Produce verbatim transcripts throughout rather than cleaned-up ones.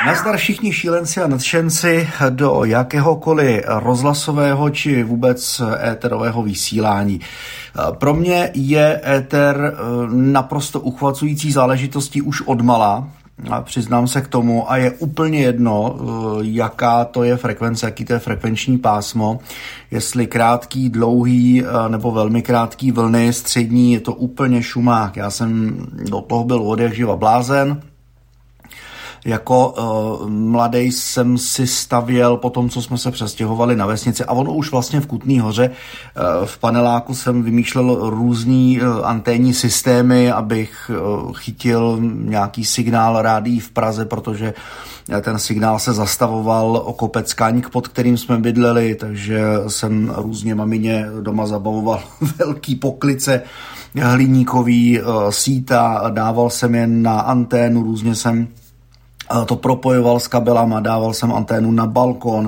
Nazdar všichni šílenci a nadšenci do jakéhokoliv rozhlasového či vůbec éterového vysílání. Pro mě je éter naprosto uchvacující záležitostí už odmala, přiznám se k tomu, a je úplně jedno, jaká to je frekvence, jaký to je frekvenční pásmo, jestli krátký, dlouhý nebo velmi krátký vlny, střední, je to úplně šumák. Já jsem do toho byl odjakživa blázen. Jako uh, mladý jsem si stavěl po tom, co jsme se přestěhovali na vesnici, a ono už vlastně v Kutný Hoře uh, v paneláku jsem vymýšlel různý uh, anténní systémy, abych uh, chytil nějaký signál rádií v Praze, protože ten signál se zastavoval o kopec Kaňk, pod kterým jsme bydleli, takže jsem různě mamině doma zabavoval velký poklice hliníkový, uh, síta, dával jsem je na anténu, různě jsem to propojoval s kabelama, dával jsem anténu na balkon,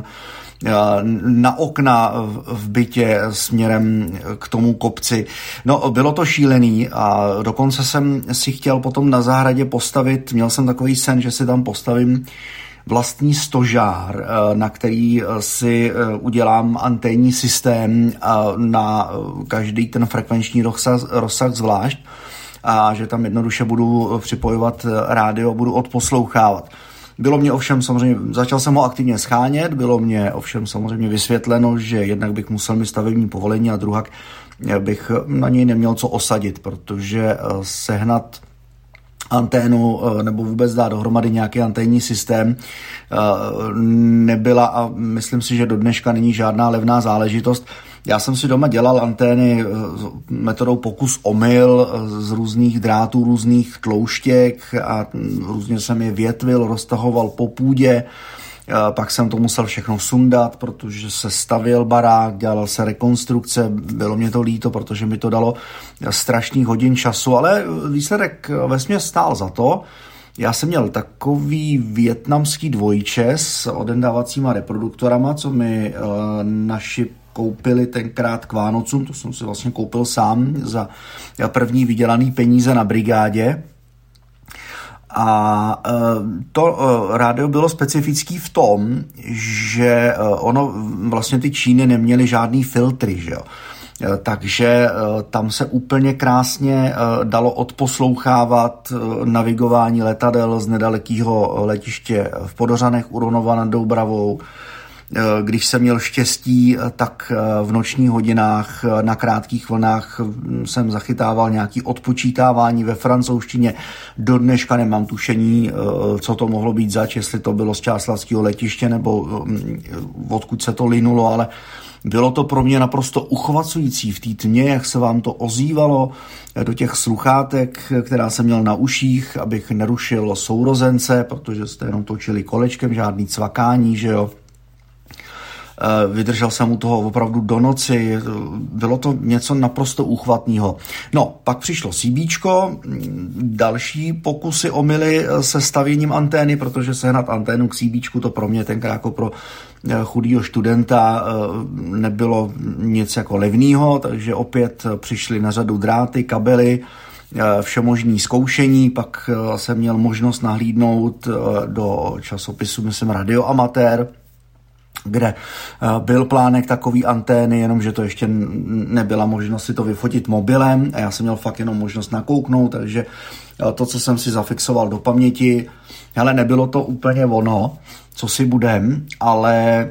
na okna v bytě směrem k tomu kopci. No, bylo to šílený a dokonce jsem si chtěl potom na zahradě postavit, měl jsem takový sen, že si tam postavím vlastní stožár, na který si udělám anténní systém na každý ten frekvenční rozsah, rozsah zvlášť, a že tam jednoduše budu připojovat rádio, budu odposlouchávat. Bylo mě ovšem samozřejmě, začal jsem ho aktivně schánět, bylo mě ovšem samozřejmě vysvětleno, že jednak bych musel mít stavební povolení a druhak bych na něj neměl co osadit, protože sehnat anténu nebo vůbec dát dohromady nějaký anténní systém nebyla, a myslím si, že do dneška není žádná levná záležitost. Já jsem si doma dělal antény metodou pokus omyl z různých drátů, různých tlouštěk, a různě jsem je větvil, roztahoval po půdě. Pak jsem to musel všechno sundat, protože se stavěl barák, dělal se rekonstrukce, bylo mě to líto, protože mi to dalo strašných hodin času, ale výsledek vesměs stál za to. Já jsem měl takový vietnamský dvojče s odendávacíma reproduktorama, co mi uh, naši koupili tenkrát k Vánocům, to jsem si vlastně koupil sám za první vydělaný peníze na brigádě. A to rádio bylo specifický v tom, že ono vlastně ty Číny neměly žádný filtry, že jo. Takže tam se úplně krásně dalo odposlouchávat navigování letadel z nedalekého letiště v Podořanech u Ronova nad Doubravou. Když jsem měl štěstí, tak v nočních hodinách na krátkých vlnách jsem zachytával nějaké odpočítávání ve francouzštině. Do dneška nemám tušení, co to mohlo být zač, jestli to bylo z Čáslackého letiště nebo odkud se to linulo, ale bylo to pro mě naprosto uchvacující v té tmě, jak se vám to ozývalo do těch sluchátek, která jsem měl na uších, abych nerušil sourozence, protože jste jenom točili kolečkem, žádný cvakání, že jo. Vydržel jsem u toho opravdu do noci, bylo to něco naprosto úchvatného. No, pak přišlo CBčko, další pokusy omyly se stavěním antény, protože sehnat anténu k CBčku to pro mě tenkrát jako pro chudýho studenta nebylo nic jako levného, takže opět přišly na řadu dráty, kabely, všemožný zkoušení, pak jsem měl možnost nahlídnout do časopisu, myslím, Radioamatér, kde byl plánek takový antény, jenomže to ještě nebyla možnost si to vyfotit mobilem a já jsem měl fakt jenom možnost nakouknout, takže to, co jsem si zafixoval do paměti, hele, nebylo to úplně ono, co si budem, ale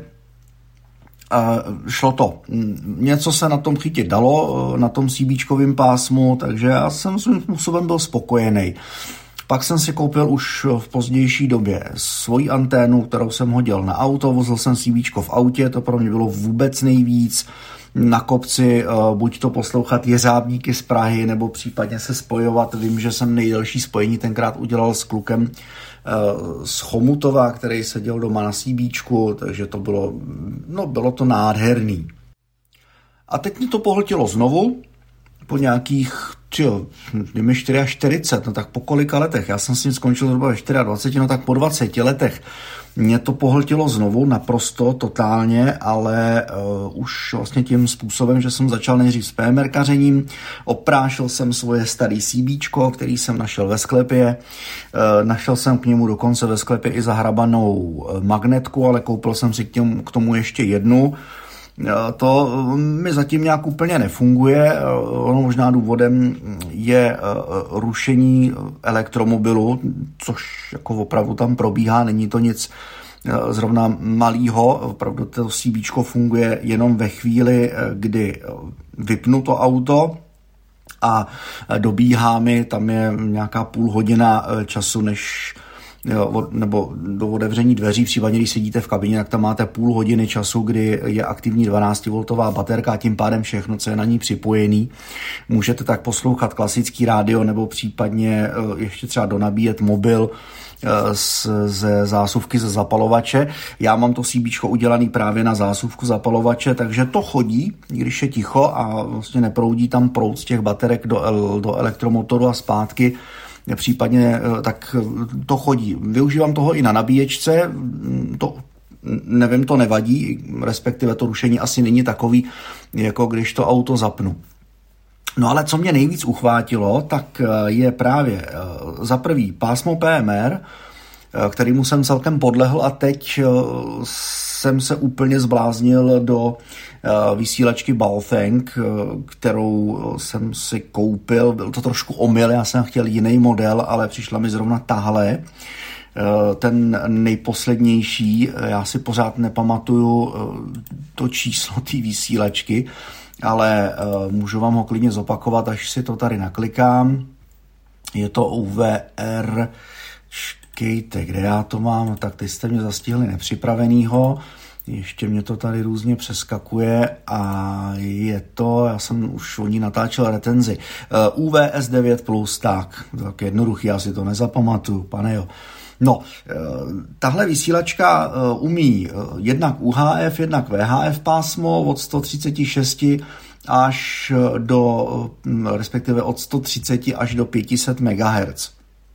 šlo to. Něco se na tom chytit dalo, na tom CBčkovým pásmu, takže já jsem svým způsobem byl spokojený. Pak jsem si koupil už v pozdější době svoji anténu, kterou jsem hodil na auto, vozil jsem CBčko v autě, to pro mě bylo vůbec nejvíc. Na kopci buď to poslouchat jeřábníky z Prahy, nebo případně se spojovat. Vím, že jsem nejdelší spojení tenkrát udělal s klukem z Chomutova, který seděl doma na CBčku, takže to bylo, no, bylo to nádherný. A teď mě to pohltilo znovu, po nějakých tyjo, je mi čtyřicet čtyři, no tak po kolika letech? Já jsem s ním skončil zhruba ve dvaceti čtyřech, no tak po dvaceti letech. Mě to pohltilo znovu, naprosto, totálně, ale uh, už vlastně tím způsobem, že jsem začal nejdřív s PMRkařením, oprášil jsem svoje starý CBčko, který jsem našel ve sklepě, uh, našel jsem k němu dokonce ve sklepě i zahrabanou magnetku, ale koupil jsem si k, těm, k tomu ještě jednu. To mi zatím nějak úplně nefunguje. Ono možná důvodem je rušení elektromobilu, což jako opravdu tam probíhá, není to nic zrovna malýho. Opravdu to CBčko funguje jenom ve chvíli, kdy vypnu to auto a dobíhá mi, tam je nějaká půl hodina času, než Jo, nebo do otevření dveří, případně když sedíte v kabině, tak tam máte půl hodiny času, kdy je aktivní dvanáctivoltová baterka a tím pádem všechno, co je na ní připojený. Můžete tak poslouchat klasický rádio nebo případně ještě třeba donabíjet mobil ze zásuvky ze zapalovače. Já mám to CBčko udělaný právě na zásuvku zapalovače, takže to chodí, když je ticho a vlastně neproudí tam proud z těch baterek do, do elektromotoru a zpátky. Případně tak to chodí. Využívám toho i na nabíječce, to nevím, to nevadí, respektive to rušení asi není takový, jako když to auto zapnu. No ale co mě nejvíc uchvátilo, tak je právě za prvý pásmo P M R, kterému jsem celkem podlehl a teď jsem se úplně zbláznil do vysílačky Baofeng, kterou jsem si koupil. Byl to trošku omyl, já jsem chtěl jiný model, ale přišla mi zrovna tahle. Ten nejposlednější, já si pořád nepamatuju to číslo té vysílačky, ale můžu vám ho klidně zopakovat, až si to tady naklikám. Je to U V R, čekejte, kde já to mám, tak teď jste mě zastihli nepřipravenýho, ještě mě to tady různě přeskakuje a je to, já jsem už o ní natáčel recenzi, U V S devět plus, tak, tak jednoduchý, já si to nezapamatuju, pane jo. No, tahle vysílačka umí jednak U H F, jednak V H F pásmo od sto třicet šest až do, respektive od sto třicet až do pět set megahertzů.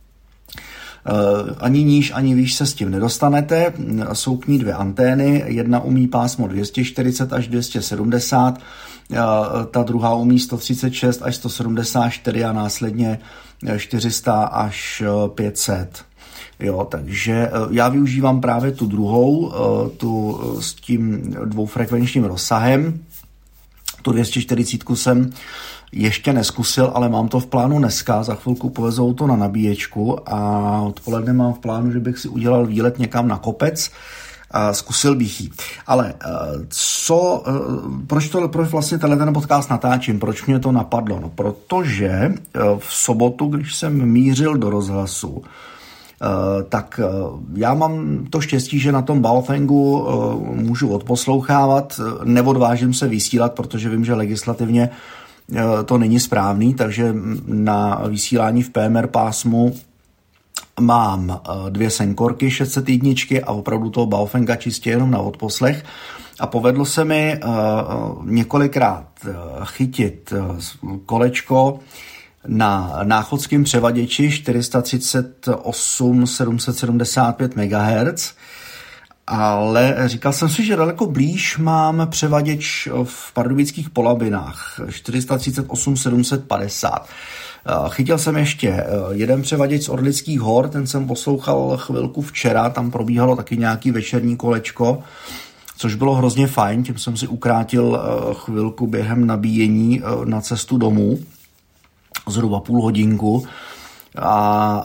Ani níž, ani výš se s tím nedostanete. Jsou k ní dvě antény. Jedna umí pásmo dvě stě čtyřicet až dvě stě sedmdesát, ta druhá umí sto třicet šest až sto sedmdesát čtyři a následně čtyři sta až pět set. Jo, takže já využívám právě tu druhou, tu s tím dvoufrekvenčním rozsahem. Tu dvě stě čtyřicet jsem ještě neskusil, ale mám to v plánu dneska, za chvilku povezou to na nabíječku a odpoledne mám v plánu, že bych si udělal výlet někam na kopec a zkusil bych jí. Ale co, proč, to, proč vlastně tenhle podcast natáčím, proč mě to napadlo? No, protože v sobotu, když jsem mířil do rozhlasu, tak já mám to štěstí, že na tom Baofengu můžu odposlouchávat, neodvážím se vysílat, protože vím, že legislativně to není správný, takže na vysílání v P M R pásmu mám dvě senkorky šest set jedna a opravdu toho Baofenga čistě jenom na odposlech. A povedlo se mi několikrát chytit kolečko na náchodském převaděči čtyři sta třicet osm sedm set sedmdesát pět megahertzů, ale říkal jsem si, že daleko blíž mám převaděč v pardubických Polabinách čtyři sta třicet osm sedm set padesát. Chytil jsem ještě jeden převaděč z Orlických hor, ten jsem poslouchal chvilku včera, tam probíhalo taky nějaký večerní kolečko, což bylo hrozně fajn, tím jsem si ukrátil chvilku během nabíjení na cestu domů, zhruba půl hodinku. A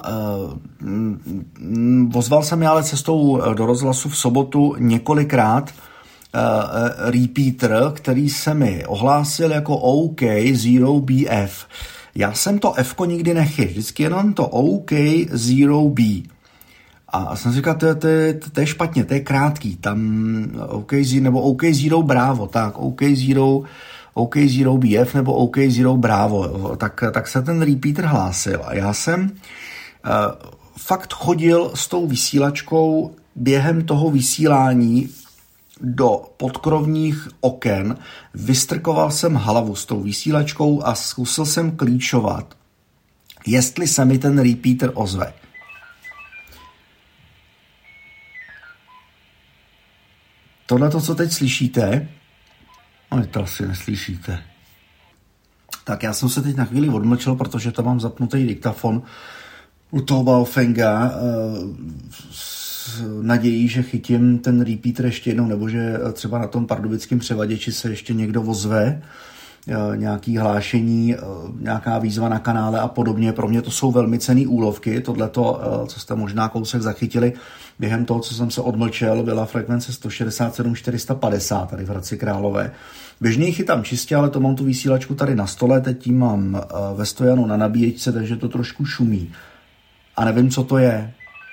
e, ozval jsem je ale cestou do rozhlasu v sobotu několikrát e, repeater, který se mi ohlásil jako OK Zero B F. Já jsem to F-ko nikdy nechytil, vždycky jenom to OK Zero B. A jsem si říkal, to, to, to, to je špatně, to je krátký, tam OK Zero, nebo OK Zero Bravo, tak OK Zero OK Zero B F nebo OK Zero Bravo, tak, tak se ten repeater hlásil a já jsem uh, fakt chodil s tou vysílačkou během toho vysílání do podkrovních oken, vystrkoval jsem hlavu s tou vysílačkou a zkusil jsem klíčovat, jestli se mi ten repeater ozve. Tohle to, co teď slyšíte, no to asi neslyšíte. Tak já jsem se teď na chvíli odmlčel, protože tam mám zapnutý diktafon u toho Baofenga s nadějí, že chytím ten repeater ještě jednou, nebo že třeba na tom pardubickém převaděči se ještě někdo ozve, nějaký hlášení, nějaká výzva na kanále a podobně. Pro mě to jsou velmi cenný úlovky. Tohleto, co jste možná kousek zachytili, během toho, co jsem se odmlčel, byla frekvence sto šedesát sedm čtyři sta padesát tady v Hradci Králové. Běžně ji chytám čistě, ale to mám tu vysílačku tady na stole, teď ji mám ve stojanu na nabíječce, takže to trošku šumí. A nevím, co to je.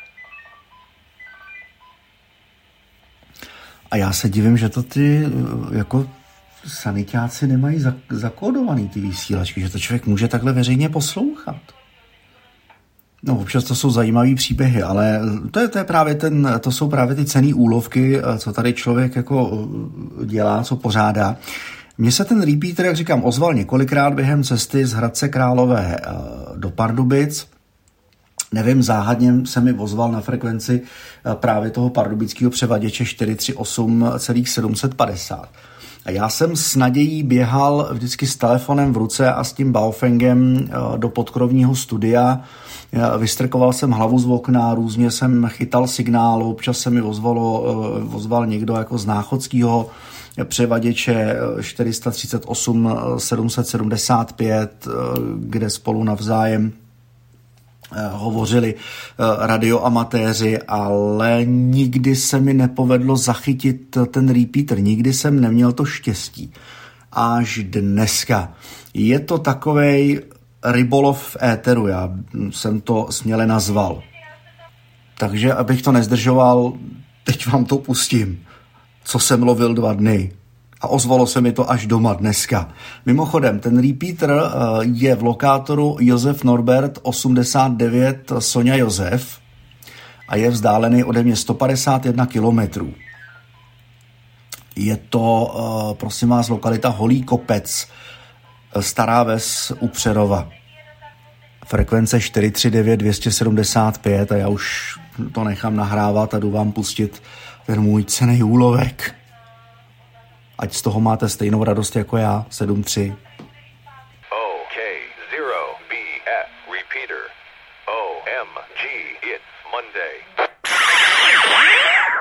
A já se divím, že to ty jako sanitáci nemají zakódovaný ty vysílačky, že to člověk může takhle veřejně poslouchat. No, občas to jsou zajímavý příběhy, ale to, je, to, je právě ten, to jsou právě ty cenný úlovky, co tady člověk jako dělá, co pořádá. Mně se ten repeater, jak říkám, ozval několikrát během cesty z Hradce Králové do Pardubic. Nevím, záhadně se mi ozval na frekvenci právě toho pardubického převaděče čtyři tři osm sedm set padesát. A já jsem s nadějí běhal vždycky s telefonem v ruce a s tím Baofengem do podkrovního studia. Vystrkoval jsem hlavu z okna, různě jsem chytal signál, občas se mi ozvalo, ozval někdo jako z náchodského převaděče čtyři tři osm sedm set sedmdesát pět, kde spolu navzájem hovořili radioamatéři, ale nikdy se mi nepovedlo zachytit ten repeater, nikdy jsem neměl to štěstí. Až dneska. Je to takovej rybolov v éteru, já jsem to směle nazval. Takže abych to nezdržoval, teď vám to pustím, co jsem lovil dva dny. A ozvalo se mi to až doma dneska. Mimochodem, ten repeater je v lokátoru Josef Norbert osmdesát devět Sonja Josef a je vzdálený ode mě sto padesát jedna kilometrů. Je to, prosím vás, lokalita Holý Kopec, Stará Ves u Přerova. Frekvence čtyři tři devět dvě sedmdesát pět a já už to nechám nahrávat a jdu vám pustit ten můj cenný úlovek. Ať z toho máte stejnou radost jako já, sedm tři. O K zero B F repeater. O M G, it's Monday.